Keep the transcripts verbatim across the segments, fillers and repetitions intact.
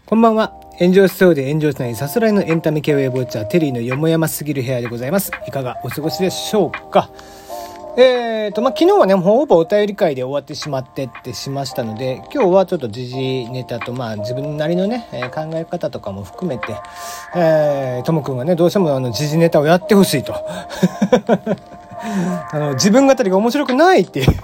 こんばんは。炎上しそうで炎上しないさすらいのエンタメ系ウェブウォッチャーテリーのよもやますぎる部屋でございます。いかがお過ごしでしょうか。えーとまあ、昨日はねほぼお便り会で終わってしまってってしましたので、今日はちょっと時事ネタと、まあ、自分なりのね、えー、考え方とかも含めて、えー、ともくんがねどうしてもあの時事ネタをやってほしいとあの自分語りが面白くないっていう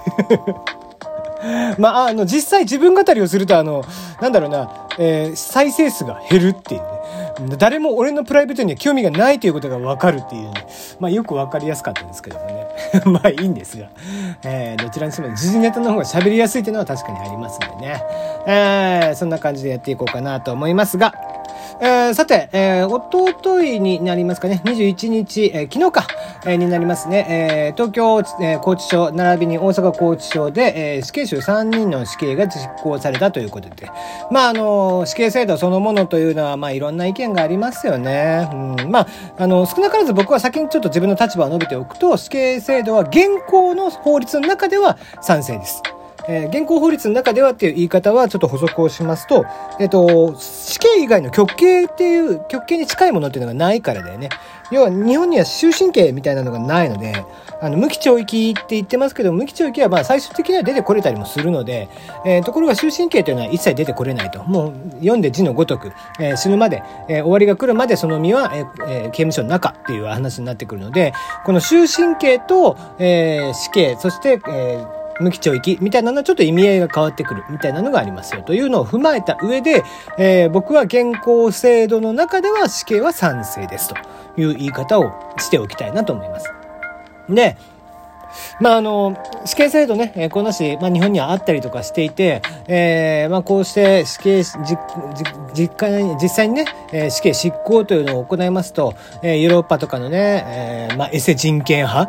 まあ、あの実際自分語りをするとあのなんだろうな、えー、再生数が減るっていうね、誰も俺のプライベートには興味がないということが分かるっていうね、まあよく分かりやすかったですけどもねまあいいんですが、えー、どちらにしても時事ネタの方が喋りやすいっていうのは確かにありますんでね、えー、そんな感じでやっていこうかなと思いますが、えー、さて、えー、おとといになりますかね、にじゅういちにち、えー、昨日か、えー、になりますね、えー、東京、えー、拘置所並びに大阪拘置所で、えー、死刑囚さんにんの死刑が実行されたということで、まああの死刑制度そのものというのはまあいろんな意見がありますよね、うん、まああの少なからず僕は先にちょっと自分の立場を述べておくと、死刑制度は現行の法律の中では賛成です。えー、現行法律の中ではっていう言い方はちょっと補足をしますと、えっと、死刑以外の極刑っていう、極刑に近いものっていうのがないからだよね。要は日本には終身刑みたいなのがないので、あの無期懲役って言ってますけど、無期懲役はまあ最終的には出てこれたりもするので、えー、ところが終身刑というのは一切出てこれないと。もう読んで字のごとく、えー、死ぬまで、えー、終わりが来るまでその身は、えーえー、刑務所の中っていう話になってくるので、この終身刑と、えー、死刑、そして、えー無期懲役みたいなのはちょっと意味合いが変わってくるみたいなのがありますよというのを踏まえた上で、えー、僕は現行制度の中では死刑は賛成ですという言い方をしておきたいなと思います。で、まああの死刑制度ね、えー、このし、まあ、日本にはあったりとかしていて、えー、まあこうして死刑実実実際にね、えー、死刑執行というのを行いますと、えー、ヨーロッパとかのね、えー、まあエセ人権派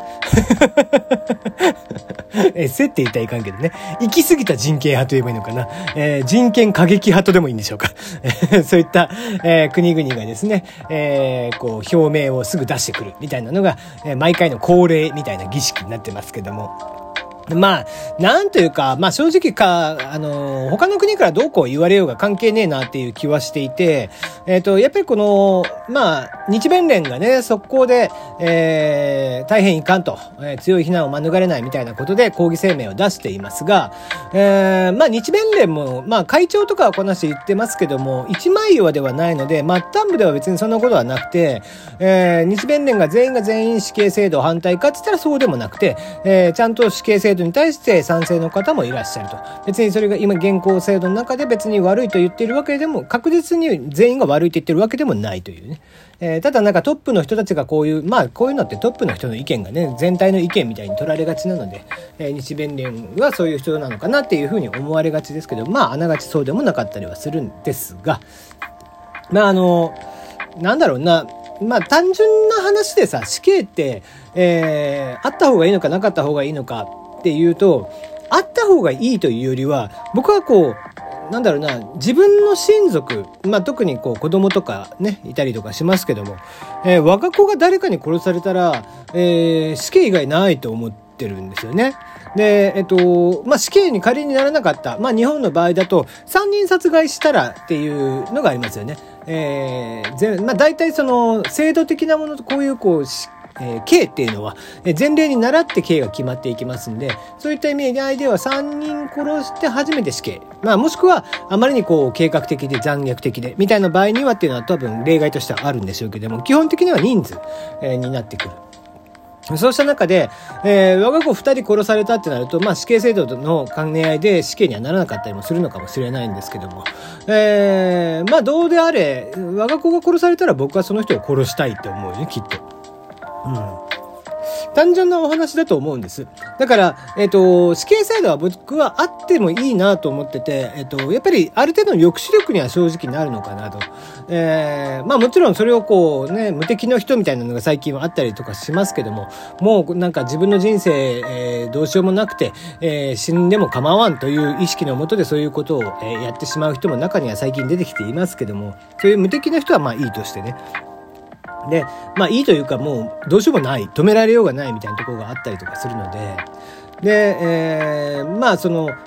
エセって言ったらいかんけどね、行き過ぎた人権派と言えばいいのかな、えー、人権過激派とでもいいんでしょうかそういった、えー、国々がですね、えー、こう表明をすぐ出してくるみたいなのが、えー、毎回の恒例みたいな儀式になってますけども、まあ、なんというか、まあ正直か、あの、他の国からどうこう言われようが関係ねえなっていう気はしていて、えっと、やっぱりこの、まあ、日弁連がね、速攻で、えー、大変いかんと、えー、強い非難を免れないみたいなことで抗議声明を出していますが、えー、まあ日弁連も、まあ会長とかはこなして言ってますけども、一枚岩ではないので、末端部では別にそんなことはなくて、えー、日弁連が全員が全員死刑制度反対かって言ったらそうでもなくて、えー、ちゃんと死刑制度に対して賛成の方もいらっしゃると。別にそれが今現行制度の中で別に悪いと言っているわけでも、確実に全員が悪いと言ってるわけでもないというね。えー、ただなんかトップの人たちがこういう、まあこういうのってトップの人の意見がね、全体の意見みたいに取られがちなので、えー、日弁連はそういう人なのかなっていうふうに思われがちですけど、まああながちそうでもなかったりはするんですが、まああの、なんだろうな、まあ単純な話でさ、死刑って、えー、あった方がいいのかなかった方がいいのかっていうと、あった方がいいというよりは、僕はこう、なんだろうな、自分の親族、まあ特にこう子供とかね、いたりとかしますけども、えー、我が子が誰かに殺されたら、えー、死刑以外ないと思ってるんですよね。で、えっと、まあ、死刑に仮にならなかった。まあ、日本の場合だと、さんにん殺害したらっていうのがありますよね。えー、ぜまあ、大体その、制度的なものとこういう、こう、えー、刑っていうのは、えー、前例に倣って刑が決まっていきますんで、そういった意味合いではさんにん殺して初めて死刑。まあ、もしくは、あまりにこう、計画的で残虐的で、みたいな場合にはっていうのは多分例外としてはあるんでしょうけども、基本的には人数、えー、になってくる。そうした中で、えー、我が子二人殺されたってなると、まあ死刑制度の兼ね合いで死刑にはならなかったりもするのかもしれないんですけども、えー、まあどうであれ、我が子が殺されたら僕はその人を殺したいって思うよね、きっと。うん。単純なお話だと思うんです。だから、えっと、死刑制度は僕はあってもいいなと思ってて、えっと、やっぱりある程度の抑止力には正直なるのかなと。えー、まあもちろんそれをこうね、無敵の人みたいなのが最近はあったりとかしますけども、もうなんか自分の人生、えー、どうしようもなくて、えー、死んでも構わんという意識のもとでそういうことを、えー、やってしまう人も中には最近出てきていますけども、そういう無敵の人はまあいいとしてね。で、まあいいというかもうどうしようもない、止められようがないみたいなところがあったりとかするので、で、えー、まあその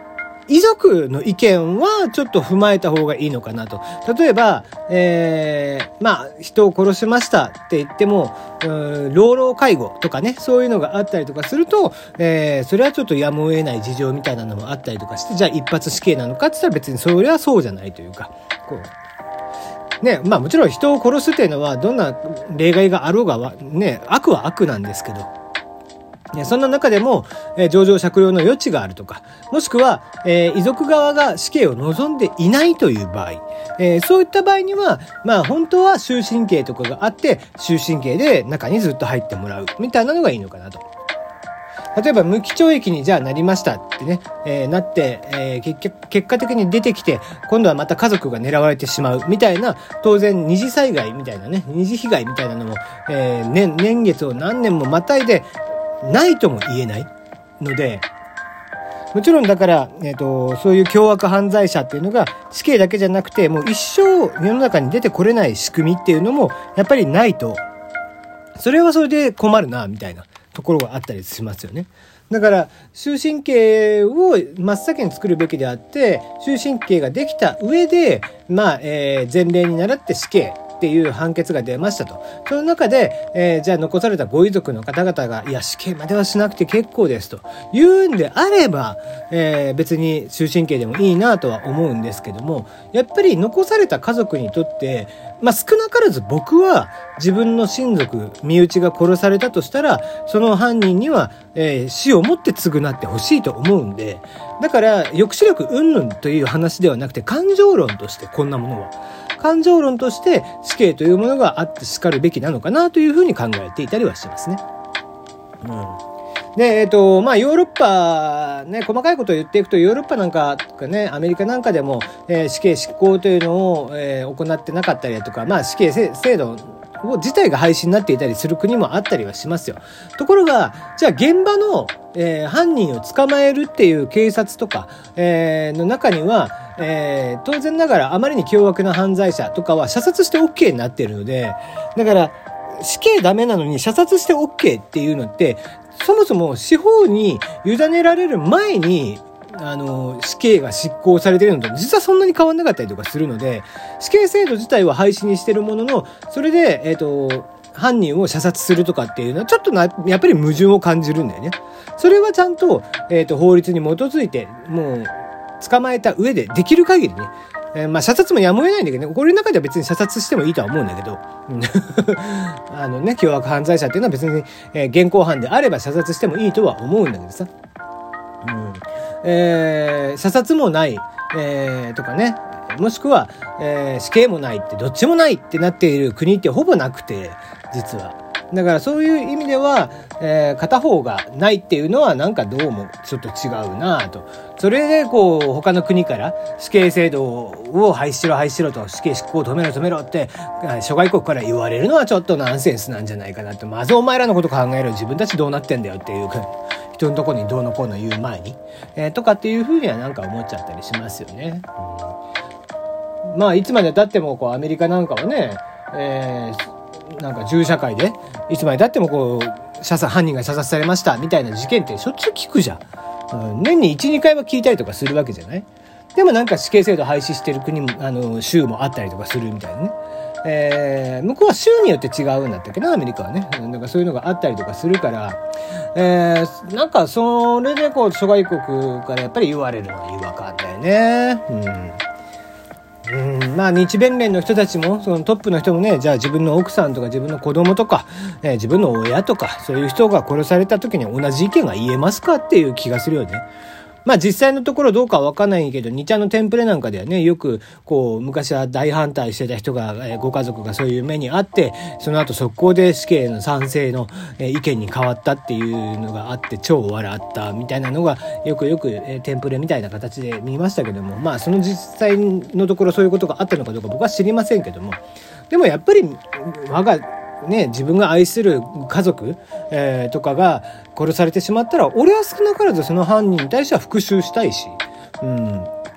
遺族の意見はちょっと踏まえた方がいいのかなと。例えば、えー、まあ、人を殺しましたって言っても、うーん、老老介護とかね、そういうのがあったりとかすると、えー、それはちょっとやむを得ない事情みたいなのもあったりとかして、じゃあ一発死刑なのかって言ったら別にそれはそうじゃないというか、こう、ね、まあもちろん人を殺すっていうのはどんな例外があろうが、ね、悪は悪なんですけど、そんな中でも、えー、情状酌量の余地があるとか、もしくは、えー、遺族側が死刑を望んでいないという場合、えー、そういった場合には、まあ本当は終身刑とかがあって、終身刑で中にずっと入ってもらうみたいなのがいいのかなと。例えば無期懲役にじゃあなりましたってね、えー、なって、えー、結局、結果的に出てきて、今度はまた家族が狙われてしまうみたいな、当然二次災害みたいなね、二次被害みたいなのも、えー、年、年月を何年もまたいで、ないとも言えないので、もちろんだから、えっと、そういう凶悪犯罪者っていうのが死刑だけじゃなくて、もう一生世の中に出てこれない仕組みっていうのもやっぱりないと、それはそれで困るなみたいなところがあったりしますよね。だから終身刑を真っ先に作るべきであって、終身刑ができた上で、まあ、えー、前例に倣って死刑っていう判決が出ましたと。その中で、えー、じゃあ残されたご遺族の方々が、いや、死刑まではしなくて結構ですと言うんであれば、えー、別に終身刑でもいいなとは思うんですけども、やっぱり残された家族にとって、まあ、少なからず僕は自分の親族、身内が殺されたとしたら、その犯人には、えー、死をもって償ってほしいと思うんで、だから抑止力云々という話ではなくて、感情論としてこんなものは。感情論として死刑というものがあってしかるべきなのかなというふうに考えていたりはしますね。うん。で、えっと、まあ、ヨーロッパ、ね、細かいことを言っていくと、ヨーロッパなんかとかね、アメリカなんかでも、えー、死刑執行というのを、えー、行ってなかったりだとか、まあ、死刑制度を自体が廃止になっていたりする国もあったりはしますよ。ところが、じゃあ現場の、えー、犯人を捕まえるっていう警察とか、えー、の中には、えー、当然ながらあまりに凶悪な犯罪者とかは射殺して OK になっているので、だから死刑ダメなのに射殺して OK っていうのって、そもそも司法に委ねられる前にあの死刑が執行されているのと実はそんなに変わんなかったりとかするので、死刑制度自体は廃止にしてるものの、それでえっと犯人を射殺するとかっていうのはちょっとなやっぱり矛盾を感じるんだよね。それはちゃんと、えっと法律に基づいてもう捕まえた上でできる限りね、えー、まあ射殺もやむを得ないんだけどね、これの中では別に射殺してもいいとは思うんだけどあのね、凶悪犯罪者っていうのは別に、えー、現行犯であれば射殺してもいいとは思うんだけどさ、うんえー、射殺もない、えー、とかね、もしくは、えー、死刑もないってどっちもないってなっている国ってほぼなくて、実はだからそういう意味では、えー、片方がないっていうのはなんかどうもちょっと違うなと。それでこう他の国から死刑制度を廃止しろ廃止しろと、死刑執行を止めろ止めろって諸外国から言われるのはちょっとナンセンスなんじゃないかなって。まずお前らのこと考えろ、自分たちどうなってんだよっていう人のところにどうのこうの言う前に、えー、とかっていうふうにはなんか思っちゃったりしますよね。うん、まあいつまで経ってもこうアメリカなんかはね、えーなんか銃社会でいつまで経ってもこう射殺犯人が射殺されましたみたいな事件ってしょっちゅう聞くじゃん、うん、年に いち,に 回は聞いたりとかするわけじゃない。でもなんか死刑制度廃止してる国もあの州もあったりとかするみたいなね、えー、向こうは州によって違うんだったっけな、アメリカはね。なんかそういうのがあったりとかするから、えー、なんかそれでこう諸外国からやっぱり言われるのは違和感だよね。うんうん、まあ日弁連の人たちもそのトップの人もね、じゃあ自分の奥さんとか自分の子供とか、えー、自分の親とかそういう人が殺された時に同じ意見が言えますかっていう気がするよね。まあ実際のところどうかは分かんないけど、にちゃんのテンプレなんかではね、よくこう昔は大反対してた人が、えー、ご家族がそういう目にあって、その後速攻で死刑の賛成の、えー、意見に変わったっていうのがあって超笑ったみたいなのがよくよく、えー、テンプレみたいな形で見ましたけども、まあその実際のところそういうことがあったのかどうか僕は知りませんけども、でもやっぱり我がね、自分が愛する家族、えー、とかが殺されてしまったら、俺は少なからずその犯人に対しては復讐したいし、うん、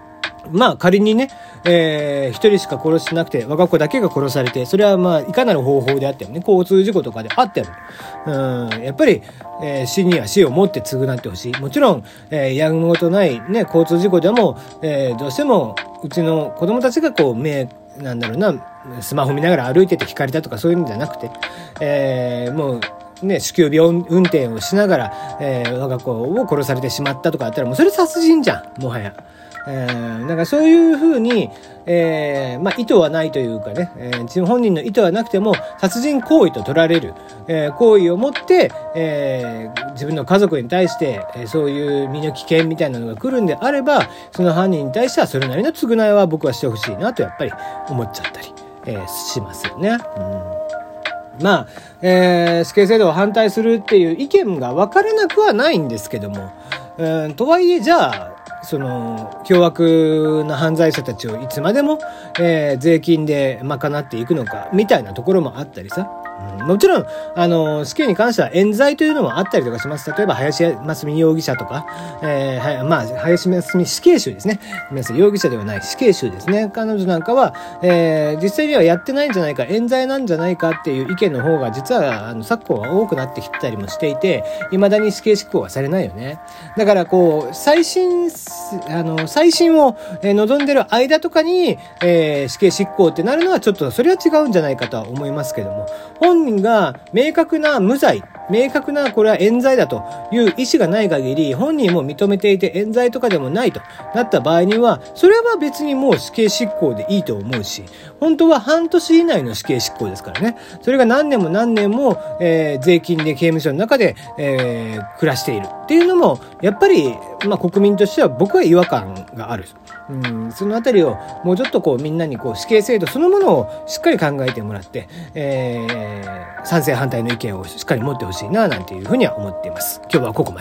まあ仮にね、えー、一人しか殺してなくて我が子だけが殺されて、それはまあいかなる方法であってもね、交通事故とかであっても、うん、やっぱり、えー、死には死をもって償ってほしい。もちろん、えー、やむことないね、交通事故でも、えー、どうしてもうちの子供たちがこう目なんだろうな、スマホ見ながら歩いててひかれたとかそういうんじゃなくて、えー、もうね、酒気帯び運転をしながら、えー、我が子を殺されてしまったとかあったら、もうそれ殺人じゃん、もはや。えー、なんかそういうふうに、えー、まあ意図はないというかね、えー、本人の意図はなくても殺人行為と取られる、えー、行為をもって、えー、自分の家族に対して、えー、そういう身の危険みたいなのが来るんであれば、その犯人に対してはそれなりの償いは僕はしてほしいなとやっぱり思っちゃったり、えー、しますよね。うん、まあ、えー、死刑制度を反対するっていう意見が分かれなくはないんですけども、うん、とはいえじゃあその凶悪な犯罪者たちをいつまでも、えー、税金で賄っていくのかみたいなところもあったりさ、うん、もちろんあの死刑に関しては冤罪というのもあったりとかします。例えば林真澄容疑者とか、えー、はまあ林真澄死刑囚ですね。皆さん容疑者ではない死刑囚ですね。彼女なんかは、えー、実際にはやってないんじゃないか、冤罪なんじゃないかっていう意見の方が実はあの昨今は多くなってきたりもしていて、未だに死刑執行はされないよね。だからこう最新あの再審を望んでる間とかに、えー、死刑執行ってなるのはちょっとそれは違うんじゃないかとは思いますけども、本人が明確な無罪、明確なこれは冤罪だという意思がない限り、本人も認めていて冤罪とかでもないとなった場合には、それは別にもう死刑執行でいいと思うし、本当は半年以内の死刑執行ですからね。それが何年も何年も、えー、税金で刑務所の中で、えー、暮らしているっていうのもやっぱり、まあ、国民としては僕は違和感がある。うん、そのあたりをもうちょっとこうみんなにこう死刑制度そのものをしっかり考えてもらって、えー、賛成反対の意見をしっかり持ってほしいななんていうふうには思っています。今日はここまで。